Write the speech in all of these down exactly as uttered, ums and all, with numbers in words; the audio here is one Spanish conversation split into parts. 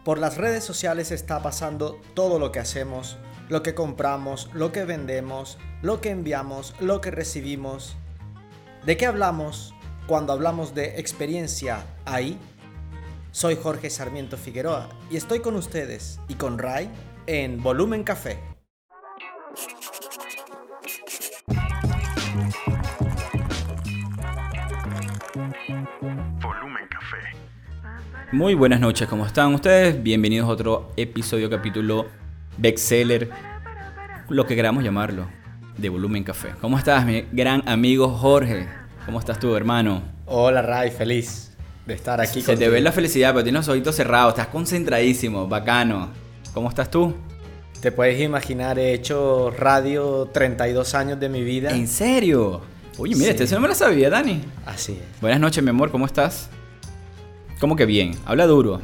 Por las redes sociales está pasando todo lo que hacemos, lo que compramos, lo que vendemos, lo que enviamos, lo que recibimos. ¿De qué hablamos cuando hablamos de experiencia ahí? Soy Jorge Sarmiento Figueroa y estoy con ustedes y con Ray en Volumen Café. Volumen Café. Muy buenas noches, ¿cómo están ustedes? Bienvenidos a otro episodio, capítulo bestseller, lo que queramos llamarlo, de Volumen Café. ¿Cómo estás, mi gran amigo Jorge? ¿Cómo estás tú, hermano? Hola Ray, feliz de estar aquí Se contigo. te ve la felicidad, pero tienes los ojitos cerrados, estás concentradísimo, bacano. ¿Cómo estás tú? Te puedes imaginar, he hecho radio treinta y dos años de mi vida. ¿En serio? Oye, mira, Sí. este no me la sabía, Dani. Así es. Buenas noches, mi amor, ¿cómo estás? ¿Cómo que bien? Habla duro.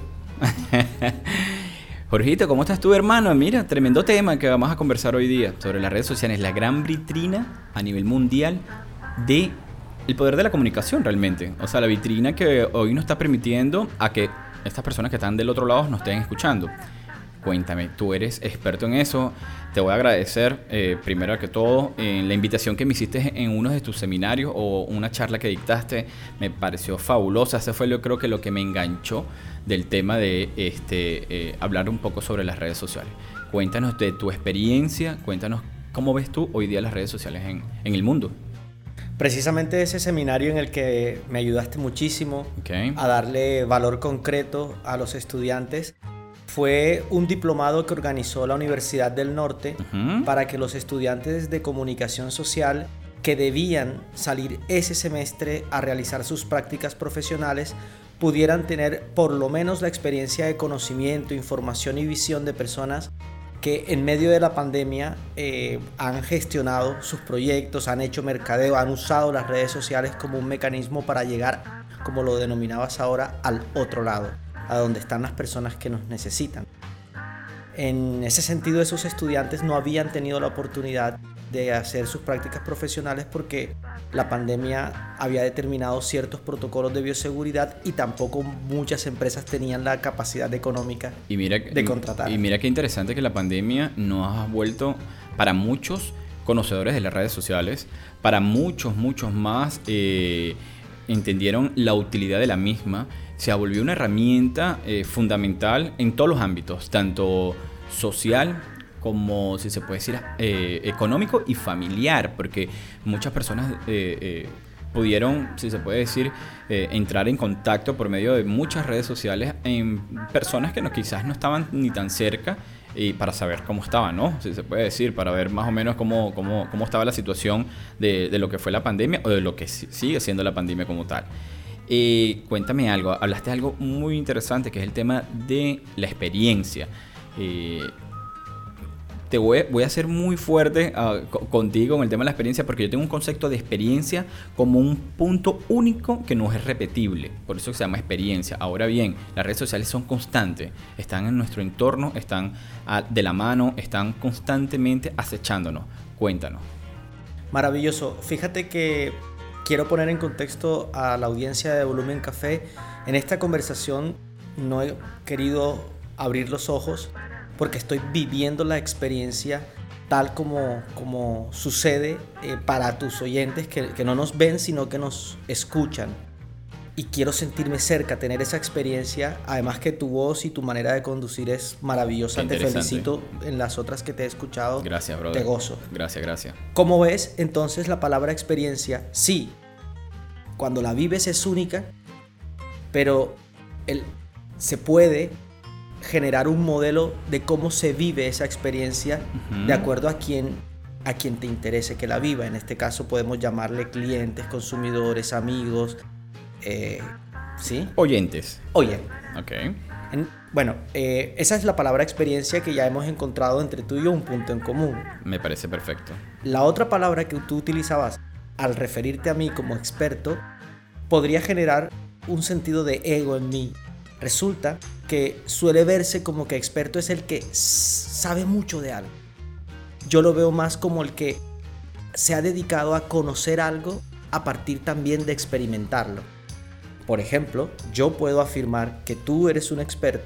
Jorgito, ¿cómo estás tú, hermano? Mira, tremendo tema que vamos a conversar hoy día sobre las redes sociales, la gran vitrina a nivel mundial de el poder de la comunicación realmente. O sea, la vitrina que hoy nos está permitiendo a que estas personas que están del otro lado nos estén escuchando. Cuéntame, tú eres experto en eso. Te voy a agradecer, eh, primero que todo, en la invitación que me hiciste en uno de tus seminarios o una charla que dictaste. Me pareció fabulosa. Ese fue, yo creo que lo que me enganchó del tema de este, eh, hablar un poco sobre las redes sociales. Cuéntanos de tu experiencia, cuéntanos cómo ves tú hoy día las redes sociales en, en el mundo. Precisamente ese seminario en el que me ayudaste muchísimo Okay. a darle valor concreto a los estudiantes fue un diplomado que organizó la Universidad del Norte Uh-huh. para que los estudiantes de comunicación social que debían salir ese semestre a realizar sus prácticas profesionales pudieran tener por lo menos la experiencia de conocimiento, información y visión de personas que en medio de la pandemia eh, han gestionado sus proyectos, han hecho mercadeo, han usado las redes sociales como un mecanismo para llegar, como lo denominabas ahora, al otro lado, a donde están las personas que nos necesitan. En ese sentido, esos estudiantes no habían tenido la oportunidad de hacer sus prácticas profesionales porque la pandemia había determinado ciertos protocolos de bioseguridad y tampoco muchas empresas tenían la capacidad económica Y mira, de contratar. Y mira qué interesante que la pandemia nos ha vuelto, para muchos conocedores de las redes sociales, para muchos, muchos más eh, entendieron la utilidad de la misma. Se volvió una herramienta eh, fundamental en todos los ámbitos, tanto social como, si se puede decir, eh, económico y familiar, porque muchas personas eh, eh, pudieron, si se puede decir, eh, entrar en contacto por medio de muchas redes sociales en personas que no, quizás no estaban ni tan cerca, y para saber cómo estaban, ¿no? Si se puede decir, para ver más o menos cómo, cómo, cómo estaba la situación de, de lo que fue la pandemia o de lo que sigue siendo la pandemia como tal. Eh, cuéntame algo, hablaste de algo muy interesante que es el tema de la experiencia. Eh, te voy, voy a ser muy fuerte uh, co- contigo en el tema de la experiencia porque yo tengo un concepto de experiencia como un punto único que no es repetible, por eso se llama experiencia. Ahora bien, las redes sociales son constantes, están en nuestro entorno, están uh, de la mano, están constantemente acechándonos. Cuéntanos. Maravilloso. Fíjate que quiero poner en contexto a la audiencia de Volumen Café. En esta conversación no he querido abrir los ojos porque estoy viviendo la experiencia tal como, como sucede eh, para tus oyentes que, que no nos ven sino que nos escuchan. Y quiero sentirme cerca, tener esa experiencia. Además que tu voz y tu manera de conducir es maravillosa. Te felicito en las otras que te he escuchado. Gracias, brother. Te gozo. Gracias, gracias. ¿Cómo ves entonces la palabra experiencia? Sí, cuando la vives es única, pero el, se puede generar un modelo de cómo se vive esa experiencia Uh-huh. de acuerdo a quien, a quien te interese que la viva. En este caso podemos llamarle clientes, consumidores, amigos, eh, ¿sí? Oyentes. Oye, Ok. en, bueno, eh, esa es la palabra experiencia que ya hemos encontrado entre tú y yo un punto en común. Me parece perfecto. La otra palabra que tú utilizabas al referirte a mí como experto podría generar un sentido de ego en mí. Resulta que suele verse como que experto es el que sabe mucho de algo. Yo lo veo más como el que se ha dedicado a conocer algo a partir también de experimentarlo. Por ejemplo, yo puedo afirmar que tú eres un experto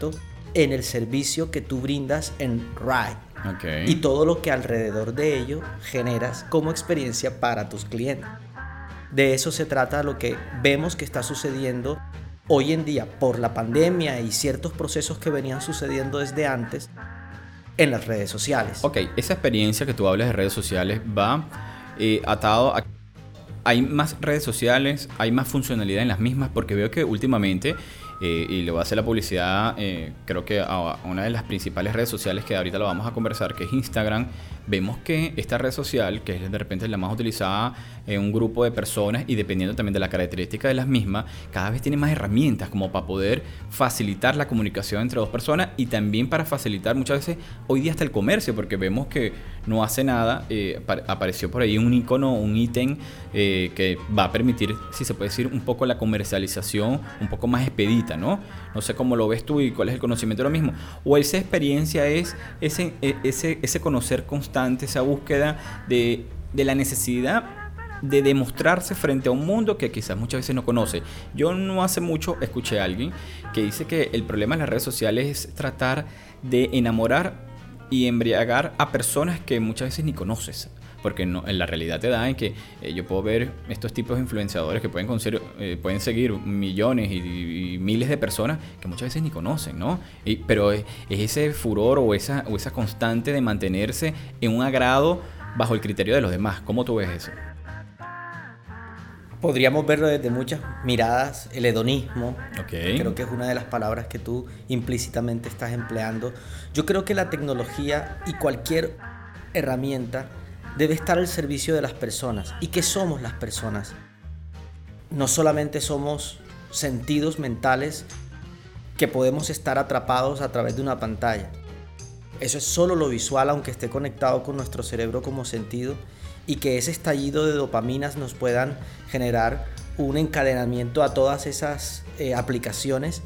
en el servicio que tú brindas en Ride. Okay. Y todo lo que alrededor de ello generas como experiencia para tus clientes. De eso se trata lo que vemos que está sucediendo hoy en día por la pandemia y ciertos procesos que venían sucediendo desde antes en las redes sociales. Ok, esa experiencia que tú hablas de redes sociales va eh, atado a... Hay más redes sociales, hay más funcionalidad en las mismas, porque veo que últimamente, eh, y le voy a hacer la publicidad, eh, creo que a una de las principales redes sociales que ahorita lo vamos a conversar, que es Instagram, vemos que esta red social, que es de repente la más utilizada en un grupo de personas y dependiendo también de la característica de las mismas, cada vez tiene más herramientas como para poder facilitar la comunicación entre dos personas y también para facilitar muchas veces hoy día hasta el comercio, porque vemos que no hace nada, eh, apareció por ahí un icono, un ítem eh, que va a permitir, si se puede decir, un poco la comercialización un poco más expedita, ¿no? No sé cómo lo ves tú y cuál es el conocimiento de lo mismo. O esa experiencia es ese, ese, ese conocer constante, esa búsqueda de, de la necesidad de demostrarse frente a un mundo que quizás muchas veces no conoce. Yo no hace mucho escuché a alguien que dice que el problema de las redes sociales es tratar de enamorar y embriagar a personas que muchas veces ni conoces. Porque no, en la realidad te da en que eh, yo puedo ver estos tipos de influenciadores que pueden, conseguir, eh, pueden seguir millones y, y miles de personas que muchas veces ni conocen, ¿no? Y, pero es, es ese furor o esa, o esa constante de mantenerse en un agrado bajo el criterio de los demás. ¿Cómo tú ves eso? Podríamos verlo desde muchas miradas, el hedonismo, okay. Creo que es una de las palabras que tú implícitamente estás empleando. Yo creo que la tecnología y cualquier herramienta debe estar al servicio de las personas. ¿Y qué somos las personas? No solamente somos sentidos mentales que podemos estar atrapados a través de una pantalla. Eso es solo lo visual, aunque esté conectado con nuestro cerebro como sentido, y que ese estallido de dopaminas nos puedan generar un encadenamiento a todas esas eh, aplicaciones.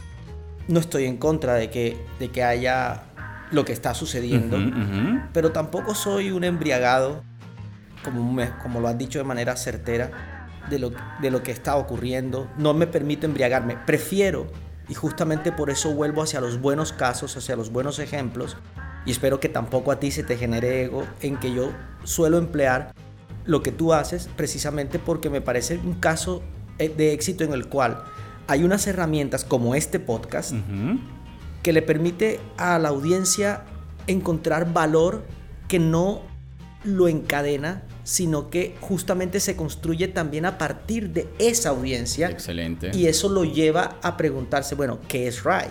No estoy en contra de que, de que haya lo que está sucediendo, uh-huh, uh-huh. pero tampoco soy un embriagado, como, me, como lo has dicho de manera certera, de lo, de lo que está ocurriendo. No me permito embriagarme, prefiero, y justamente por eso vuelvo hacia los buenos casos, hacia los buenos ejemplos, y espero que tampoco a ti se te genere ego, en que yo suelo emplear lo que tú haces precisamente porque me parece un caso de éxito en el cual hay unas herramientas como este podcast uh-huh. que le permite a la audiencia encontrar valor que no lo encadena, sino que justamente se construye también a partir de esa audiencia. Excelente. Y eso lo lleva a preguntarse, bueno, ¿qué es Ride?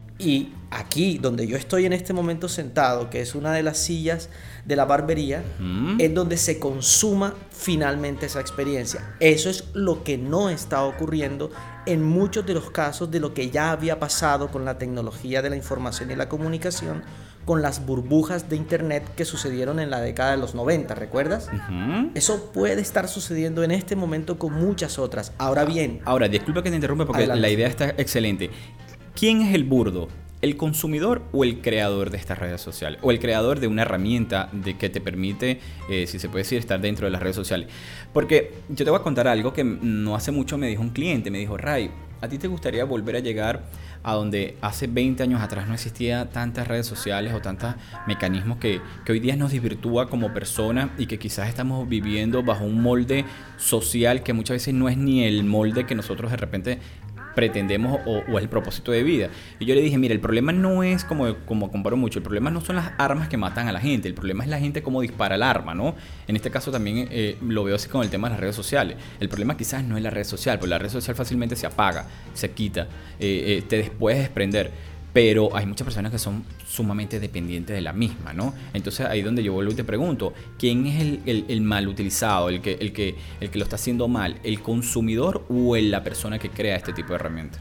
Y aquí, donde yo estoy en este momento sentado, que es una de las sillas de la barbería, uh-huh. es donde se consuma finalmente esa experiencia. Eso es lo que no está ocurriendo en muchos de los casos de lo que ya había pasado con la tecnología de la información y la comunicación, con las burbujas de internet que sucedieron en la década de los noventa, ¿recuerdas? Uh-huh. Eso puede estar sucediendo en este momento con muchas otras. Ahora bien... Ahora, disculpa que te interrumpa porque adelante. La idea está excelente. ¿Quién es el burdo? ¿El consumidor o el creador de estas redes sociales? O el creador de una herramienta de que te permite, eh, si se puede decir, estar dentro de las redes sociales. Porque yo te voy a contar algo que no hace mucho me dijo un cliente. Me dijo, Ray, ¿a ti te gustaría volver a llegar a donde hace veinte años atrás no existía tantas redes sociales o tantos mecanismos que, que hoy día nos desvirtúa como personas y que quizás estamos viviendo bajo un molde social que muchas veces no es ni el molde que nosotros de repente pretendemos o, o es el propósito de vida? Y yo le dije, mira, el problema no es, como, como comparo mucho, el problema no son las armas que matan a la gente, el problema es la gente cómo dispara el arma, ¿no? En este caso también eh, lo veo así con el tema de las redes sociales. El problema quizás no es la red social, porque la red social fácilmente se apaga, se quita, eh, eh, te puedes desprender. Pero hay muchas personas que son sumamente dependientes de la misma, ¿no? Entonces ahí es donde yo vuelvo y te pregunto, ¿quién es el, el, el mal utilizado, el que, el, que, el que lo está haciendo mal? ¿El consumidor o el, la persona que crea este tipo de herramientas?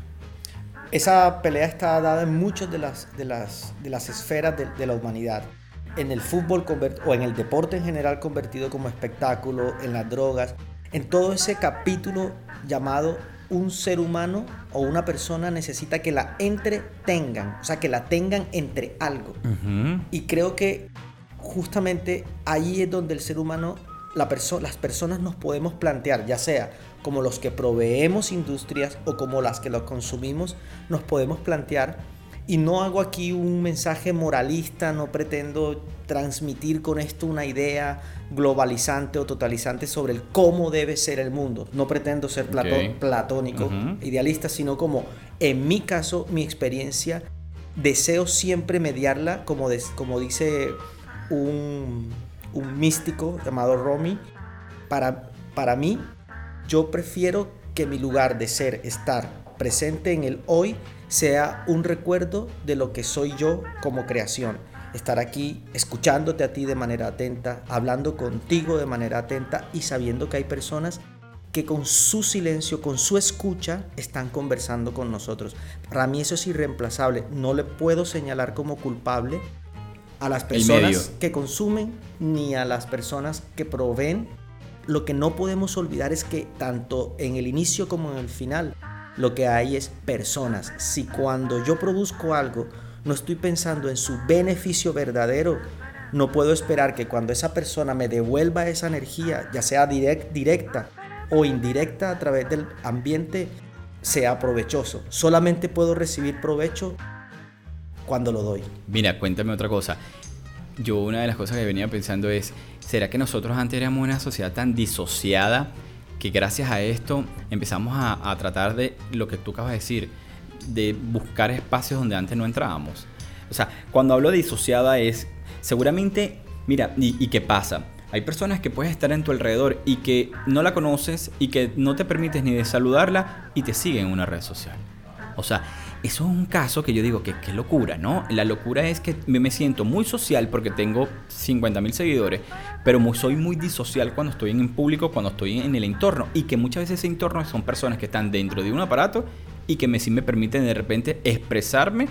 Esa pelea está dada en muchas de las, de las, de las esferas de, de la humanidad. En el fútbol convert- o en el deporte en general convertido como espectáculo, en las drogas, en todo ese capítulo llamado un ser humano o una persona necesita que la entretengan, o sea, que la tengan entre algo. Uh-huh. Y creo que justamente ahí es donde el ser humano, la perso- las personas nos podemos plantear, ya sea como los que proveemos industrias o como las que lo consumimos, nos podemos plantear Y no hago aquí un mensaje moralista, no pretendo transmitir con esto una idea globalizante o totalizante sobre el cómo debe ser el mundo. No pretendo ser plato- Okay. platónico, Uh-huh. idealista, sino como, en mi caso, mi experiencia, deseo siempre mediarla, como, des- como dice un, un místico llamado Rumi. Para, para mí, yo prefiero que mi lugar de ser, estar presente en el hoy, sea un recuerdo de lo que soy yo como creación. Estar aquí escuchándote a ti de manera atenta, hablando contigo de manera atenta y sabiendo que hay personas que con su silencio, con su escucha, están conversando con nosotros. Para mí eso es irreemplazable. No le puedo señalar como culpable a las personas que consumen ni a las personas que proveen. Lo que no podemos olvidar es que tanto en el inicio como en el final, lo que hay es personas. Si cuando yo produzco algo no estoy pensando en su beneficio verdadero, no puedo esperar que cuando esa persona me devuelva esa energía, ya sea direct, directa o indirecta a través del ambiente, sea provechoso. Solamente puedo recibir provecho cuando lo doy. Mira, cuéntame otra cosa. Yo una de las cosas que venía pensando es, ¿será que nosotros antes éramos una sociedad tan disociada que gracias a esto empezamos a, a tratar de lo que tú acabas de decir, de buscar espacios donde antes no entrábamos? O sea, cuando hablo de disociada es, seguramente, mira, ¿y, y qué pasa? Hay personas que puedes estar en tu alrededor y que no la conoces y que no te permites ni de saludarla y te siguen en una red social. O sea, eso es un caso que yo digo que qué locura, ¿no? La locura es que me siento muy social porque tengo cincuenta mil seguidores, pero muy, soy muy disocial cuando estoy en público, cuando estoy en el entorno, y que muchas veces ese entorno son personas que están dentro de un aparato y que me, sí me permiten de repente expresarme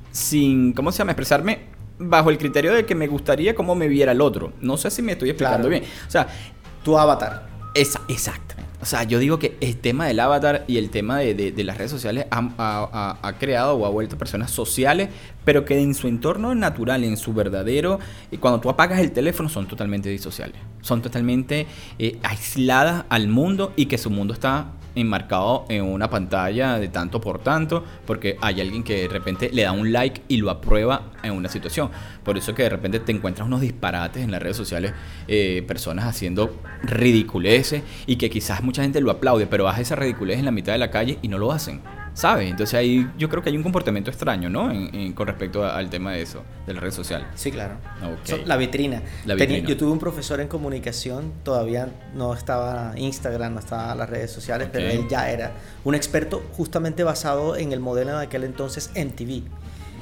sin, ¿cómo se llama? Expresarme bajo el criterio de que me gustaría cómo me viera el otro. No sé si me estoy explicando Claro. bien. O sea, Tu avatar. esa, exactamente. O sea, yo digo que el tema del avatar y el tema de, de, de las redes sociales ha, ha, ha creado o ha vuelto personas sociales, pero que en su entorno natural, en su verdadero, y cuando tú apagas el teléfono, son totalmente disociales. Son totalmente eh, aisladas al mundo y que su mundo está enmarcado en una pantalla de tanto por tanto, porque hay alguien que de repente le da un like y lo aprueba en una situación. Por eso que de repente te encuentras unos disparates en las redes sociales, eh, personas haciendo ridiculeces y que quizás mucha gente lo aplaude, pero hace esa ridiculez en la mitad de la calle y no lo hacen, ¿sabes? Entonces ahí yo creo que hay un comportamiento extraño, ¿no? En, en, con respecto a, al tema de eso, de la red social. Sí, claro. Okay. So, la vitrina. La Tenía, vitrina. yo tuve un profesor en comunicación, todavía no estaba Instagram, no estaba las redes sociales, Okay. pero él ya era un experto justamente basado en el modelo de aquel entonces M T V.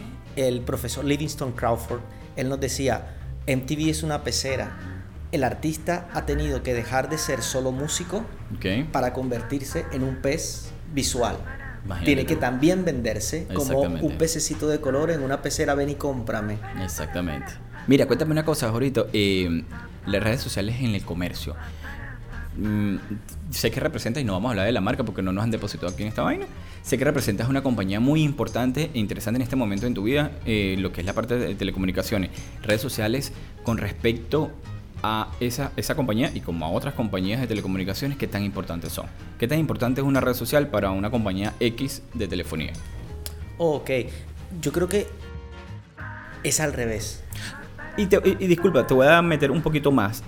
El profesor Livingston Crawford, él nos decía, M T V es una pecera. El artista ha tenido que dejar de ser solo músico Okay. para convertirse en un pez visual. Imagínate Tiene que tú. también venderse como Exactamente. un pececito de color en una pecera, ven y cómprame. Exactamente. Mira, cuéntame una cosa, Jorito. Eh, las redes sociales en el comercio. Mm, sé que representas, y no vamos a hablar de la marca porque no nos han depositado aquí en esta vaina. Sé que representas una compañía muy importante e interesante en este momento en tu vida, eh, lo que es la parte de telecomunicaciones. Redes sociales con respecto a esa, esa compañía y como a otras compañías de telecomunicaciones, ¿qué tan importantes son? ¿Qué tan importante es una red social para una compañía X de telefonía? Ok, yo creo que es al revés. Y, te, y, y disculpa, te voy a meter un poquito más.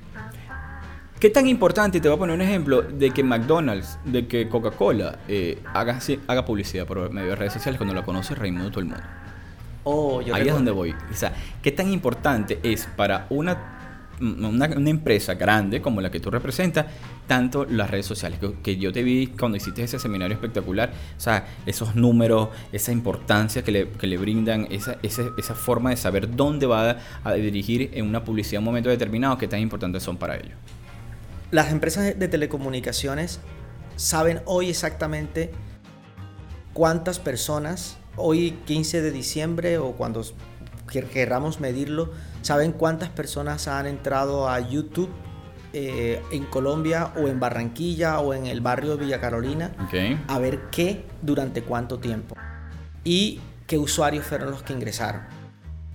¿Qué tan importante, te voy a poner un ejemplo, de que McDonald's, de que Coca-Cola eh, haga, haga publicidad por medio de redes sociales cuando la conoce Raimundo todo el mundo? Oh, yo Ahí recuerdo- es donde voy. O sea, ¿qué tan importante es para una, una, una empresa grande como la que tú representas, tanto las redes sociales? Que, que yo te vi cuando hiciste ese seminario espectacular, o sea, esos números, esa importancia que le, que le brindan, esa, esa, esa forma de saber dónde va a, a dirigir en una publicidad en un momento determinado, ¿qué tan importantes son para ellos? Las empresas de telecomunicaciones saben hoy exactamente cuántas personas, hoy quince de diciembre o cuando quer- querramos medirlo, saben cuántas personas han entrado a YouTube eh, en Colombia o en Barranquilla o en el barrio de Villa Carolina Okay. a ver qué, durante cuánto tiempo y qué usuarios fueron los que ingresaron.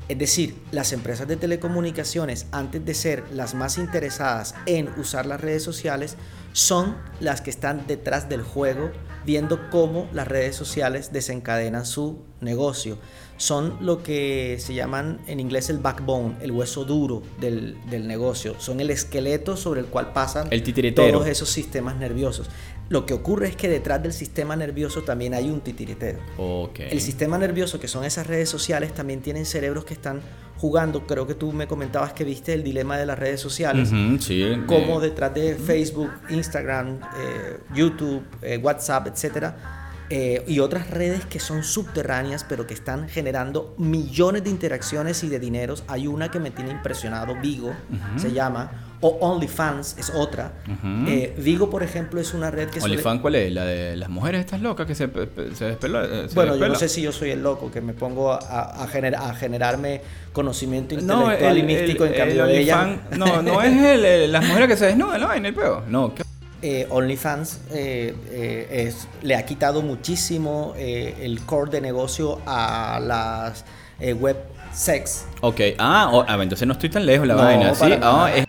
Es decir, las empresas de telecomunicaciones, antes de ser las más interesadas en usar las redes sociales, son las que están detrás del juego, viendo cómo las redes sociales desencadenan su negocio. Son lo que se llaman en inglés el backbone, el hueso duro del, del negocio. Son el esqueleto sobre el cual pasan el titiritero. Todos esos sistemas nerviosos. Lo que ocurre es que detrás del sistema nervioso también hay un titiritero. Okay. El sistema nervioso, que son esas redes sociales, también tienen cerebros que están jugando. Creo que tú me comentabas que viste el dilema de las redes sociales. Uh-huh, sí, como eh. detrás de Facebook, Instagram, eh, YouTube, eh, WhatsApp, etcétera, eh, y otras redes que son subterráneas, pero que están generando millones de interacciones y de dineros. Hay una que me tiene impresionado, Vigo, uh-huh. se llama, o OnlyFans es otra. Uh-huh. eh, Vigo, por ejemplo, es una red que... ¿OnlyFans suele... cuál es? ¿La de las mujeres estas locas que se, se despelan? Bueno, despela. Yo no sé si yo soy el loco, que me pongo a, a, gener, a generarme conocimiento intelectual no, el, y místico, el, en cambio de ella... No, no es el, el, las mujeres que se desnudan, no, en el peo. No, ¿qué? Eh, OnlyFans eh, eh, es, le ha quitado muchísimo eh, el core de negocio a las eh, web sex. Ok, ah, oh, ah, entonces no estoy tan lejos la no, vaina. ¿Sí? Oh, es...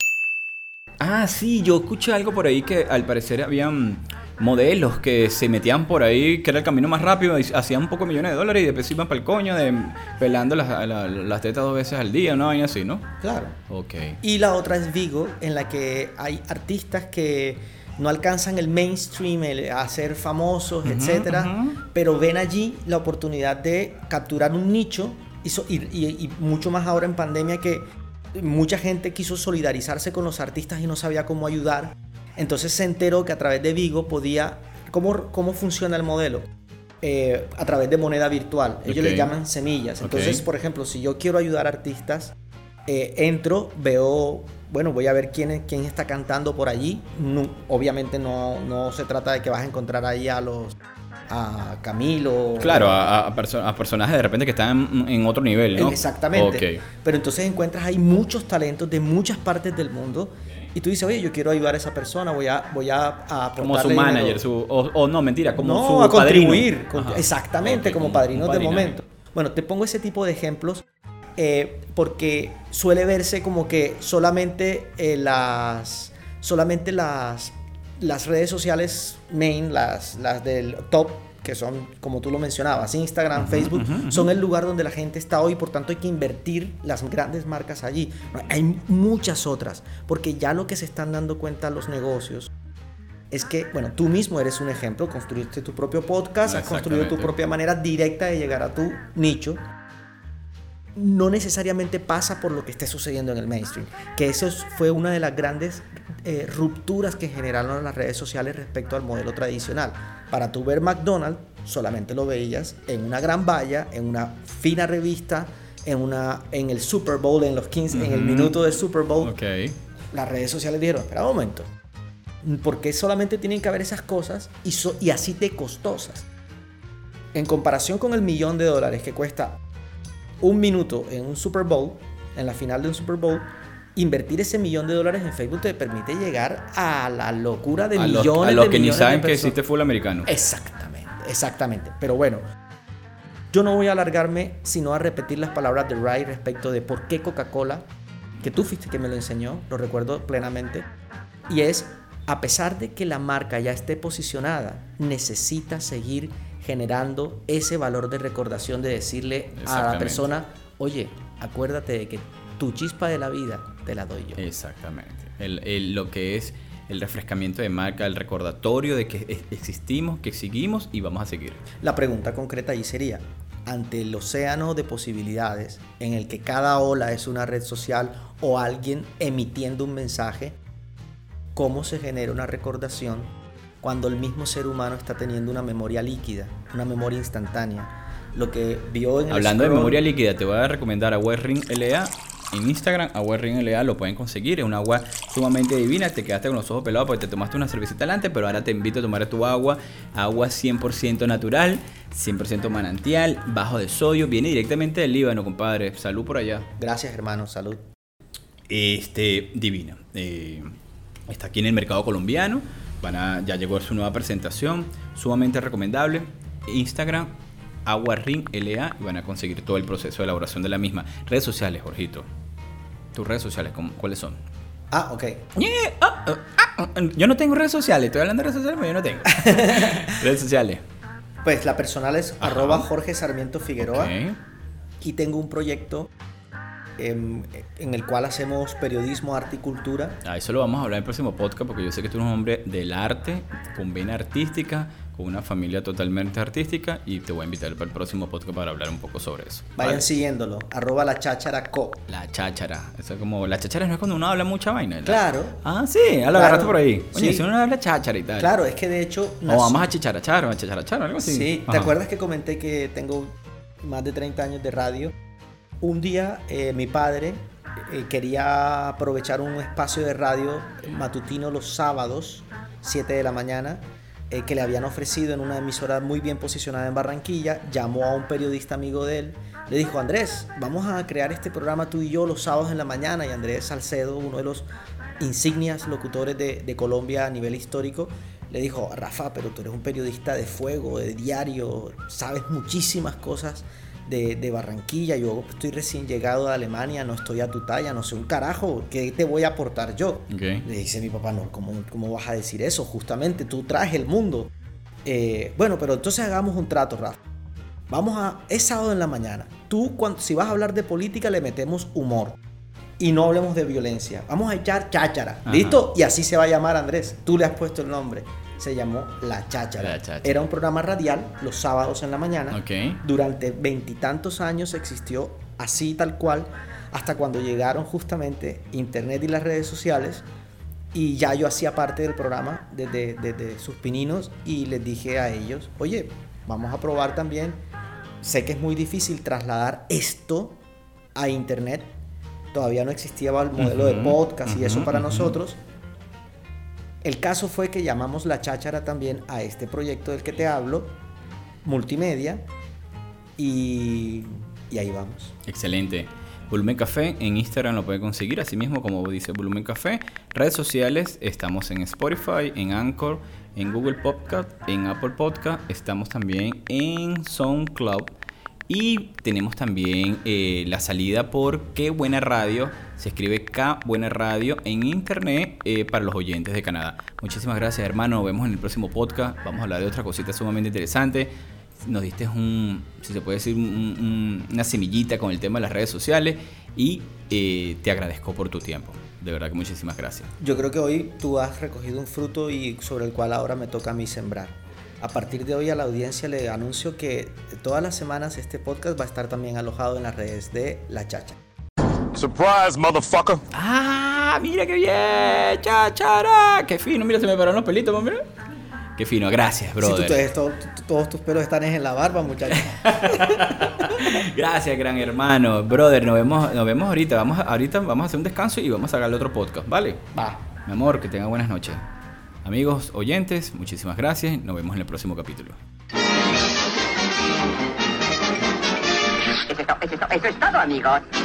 Ah, sí, yo escuché algo por ahí que al parecer habían modelos que se metían por ahí, que era el camino más rápido, y hacían un poco de millones de dólares y después iban para el coño de pelando las, la, las tetas dos veces al día, una vaina así, ¿no? Claro. Ok. Y la otra es Vigo, en la que hay artistas que no alcanzan el mainstream, el, a ser famosos, uh-huh, etcétera, uh-huh. pero ven allí la oportunidad de capturar un nicho y, so, y, y, y mucho más ahora en pandemia, que mucha gente quiso solidarizarse con los artistas y no sabía cómo ayudar. Entonces se enteró que a través de Vigo podía... ¿Cómo, cómo funciona el modelo? Eh, a través de moneda virtual. Ellos okay. le llaman semillas. Entonces, okay. por ejemplo, si yo quiero ayudar a artistas, eh, entro, veo... Bueno, voy a ver quién, quién está cantando por allí. No, obviamente no, no se trata de que vas a encontrar ahí a los... a Camilo. Claro, a, a, perso- a personajes de repente que están en, en otro nivel, ¿no? Exactamente. Okay. Pero entonces encuentras ahí muchos talentos de muchas partes del mundo y tú dices, oye, yo quiero ayudar a esa persona, voy a, voy a, a como su manager, su, o, o no, mentira, como no, su a contribuir. Con, Ajá. Exactamente, okay, como, como padrinos de momento. Bueno, te pongo ese tipo de ejemplos eh, porque suele verse como que solamente eh, las solamente las las redes sociales main, las, las del top, que son, como tú lo mencionabas, Instagram, uh-huh, Facebook, uh-huh, uh-huh. son el lugar donde la gente está hoy, por tanto hay que invertir las grandes marcas allí. Hay muchas otras, porque ya lo que se están dando cuenta los negocios es que, bueno, tú mismo eres un ejemplo, construiste tu propio podcast, has construido tu propia manera directa de llegar a tu nicho. No necesariamente pasa por lo que esté sucediendo en el mainstream, que eso fue una de las grandes eh, rupturas que generaron las redes sociales respecto al modelo tradicional. Para tú ver McDonald's, solamente lo veías en una gran valla, en una fina revista, en, una, en el Super Bowl, en los quince, uh-huh. en el minuto del Super Bowl. Okay. Las redes sociales dijeron, espera un momento, ¿por qué solamente tienen que haber esas cosas y, so, y así de costosas? En comparación con el millón de dólares que cuesta un minuto en un Super Bowl, en la final de un Super Bowl, invertir ese millón de dólares en Facebook te permite llegar a la locura de a millones los, a de los que millones ni saben de que existe fútbol americano. Exactamente, exactamente. Pero bueno, yo no voy a alargarme sino a repetir las palabras de Ray respecto de por qué Coca-Cola, que tú fuiste que me lo enseñó, lo recuerdo plenamente, y es, a pesar de que la marca ya esté posicionada, necesita seguir generando ese valor de recordación, de decirle a la persona, oye, acuérdate de que tu chispa de la vida te la doy yo. Exactamente. El, el, lo que es el refrescamiento de marca, el recordatorio de que existimos, que seguimos y vamos a seguir. La pregunta concreta ahí sería, ante el océano de posibilidades en el que cada ola es una red social o alguien emitiendo un mensaje, ¿cómo se genera una recordación cuando el mismo ser humano está teniendo una memoria líquida, una memoria instantánea? Lo que vio en el Hablando scroll... de memoria líquida, te voy a recomendar Agua Ring L A en Instagram. Agua Ring L A lo pueden conseguir, es un agua sumamente divina. Te quedaste con los ojos pelados porque te tomaste una cervecita delante, pero ahora te invito a tomar tu agua. Agua cien por ciento natural, cien por ciento manantial, bajo de sodio, viene directamente del Líbano, compadre. Salud por allá. Gracias, hermano, salud. Este, divina. Eh, está aquí en el mercado colombiano. Van a, ya llegó su nueva presentación, sumamente recomendable. Instagram, Agua Ring L A y van a conseguir todo el proceso de elaboración de la misma. Redes sociales, Jorgito. ¿Tus redes sociales cuáles son? Ah, ok. Yeah, ah, ah, ah. Yo no tengo redes sociales. Estoy hablando de redes sociales, pero yo no tengo. Redes sociales. Pues la personal es Ajá. arroba Jorge Sarmiento Figueroa. Okay. Y tengo un proyecto en, en el cual hacemos periodismo, arte y cultura. Ah, eso lo vamos a hablar en el próximo podcast porque yo sé que tú eres un hombre del arte, con vena artística, con una familia totalmente artística y te voy a invitar para el próximo podcast para hablar un poco sobre eso. Vayan ¿vale? siguiéndolo, arroba la cháchara co. La cháchara. Eso es como, la cháchara no es cuando uno habla mucha vaina, ¿verdad? Claro. Ah, sí, ya lo Claro. agarraste por ahí. Oye, Sí. si uno habla cháchara y tal. Claro, es que de hecho... O vamos a chicharachar o a chicharachar, algo así. Sí, ¿te Ajá. acuerdas que comenté que tengo más de treinta años de radio? Un día eh, mi padre eh, quería aprovechar un espacio de radio matutino los sábados, siete de la mañana, eh, que le habían ofrecido en una emisora muy bien posicionada en Barranquilla. Llamó a un periodista amigo de él, le dijo: Andrés, vamos a crear este programa tú y yo los sábados en la mañana. Y Andrés Salcedo, uno de los insignias locutores de, de Colombia a nivel histórico, le dijo: Rafa, pero tú eres un periodista de fuego, de diario, sabes muchísimas cosas de, de Barranquilla, yo estoy recién llegado de Alemania, no estoy a tu talla, no sé un carajo, ¿qué te voy a aportar yo? Okay. Le dice mi papá: no, ¿cómo, cómo vas a decir eso? Justamente tú traes el mundo. Eh, bueno, pero entonces hagamos un trato, Rafa. Vamos a... Es sábado en la mañana. Tú, cuando, si vas a hablar de política, le metemos humor. Y no hablemos de violencia. Vamos a echar cháchara. Ajá. ¿Listo? Y así se va a llamar, Andrés. Tú le has puesto el nombre. Se llamó La Cháchara. La Cháchara. Era un programa radial los sábados en la mañana. Ok. Durante veintitantos años existió así tal cual, hasta cuando llegaron justamente internet y las redes sociales. Y ya yo hacía parte del programa desde, desde sus pininos y les dije a ellos: oye, vamos a probar también. Sé que es muy difícil trasladar esto a internet. Todavía no existía el modelo Uh-huh, de podcast y uh-huh, eso para uh-huh. nosotros. El caso fue que llamamos La Cháchara también a este proyecto del que te hablo, multimedia, y, y ahí vamos. Excelente. Volumen Café en Instagram lo pueden conseguir, así mismo como dice Volumen Café. Redes sociales, estamos en Spotify, en Anchor, en Google Podcast, en Apple Podcast. Estamos también en SoundCloud. Y tenemos también eh, la salida por Qué Buena Radio. Se escribe K Buena Radio en internet eh, para los oyentes de Canadá. Muchísimas gracias, hermano. Nos vemos en el próximo podcast. Vamos a hablar de otra cosita sumamente interesante. Nos diste un, si se puede decir, un, un, una semillita con el tema de las redes sociales. Y eh, te agradezco por tu tiempo. De verdad que muchísimas gracias. Yo creo que hoy tú has recogido un fruto y sobre el cual ahora me toca a mí sembrar. A partir de hoy a la audiencia le anuncio que todas las semanas este podcast va a estar también alojado en las redes de La Cháchara. Surprise, motherfucker. ¡Ah! ¡Mira qué bien! ¡Cháchara! ¡Qué fino! Mira, se me pararon los pelitos, mira. ¡Qué fino! Gracias, brother. Si tú te, todo, tú, todos tus pelos están en la barba, muchachos. Gracias, gran hermano. Brother, nos vemos, nos vemos ahorita. Vamos a, ahorita vamos a hacer un descanso y vamos a sacarle otro podcast, ¿vale? Va. Mi amor, que tenga buenas noches. Amigos, oyentes, muchísimas gracias. Nos vemos en el próximo capítulo. Eso es, to- eso es to- eso es todo, amigos.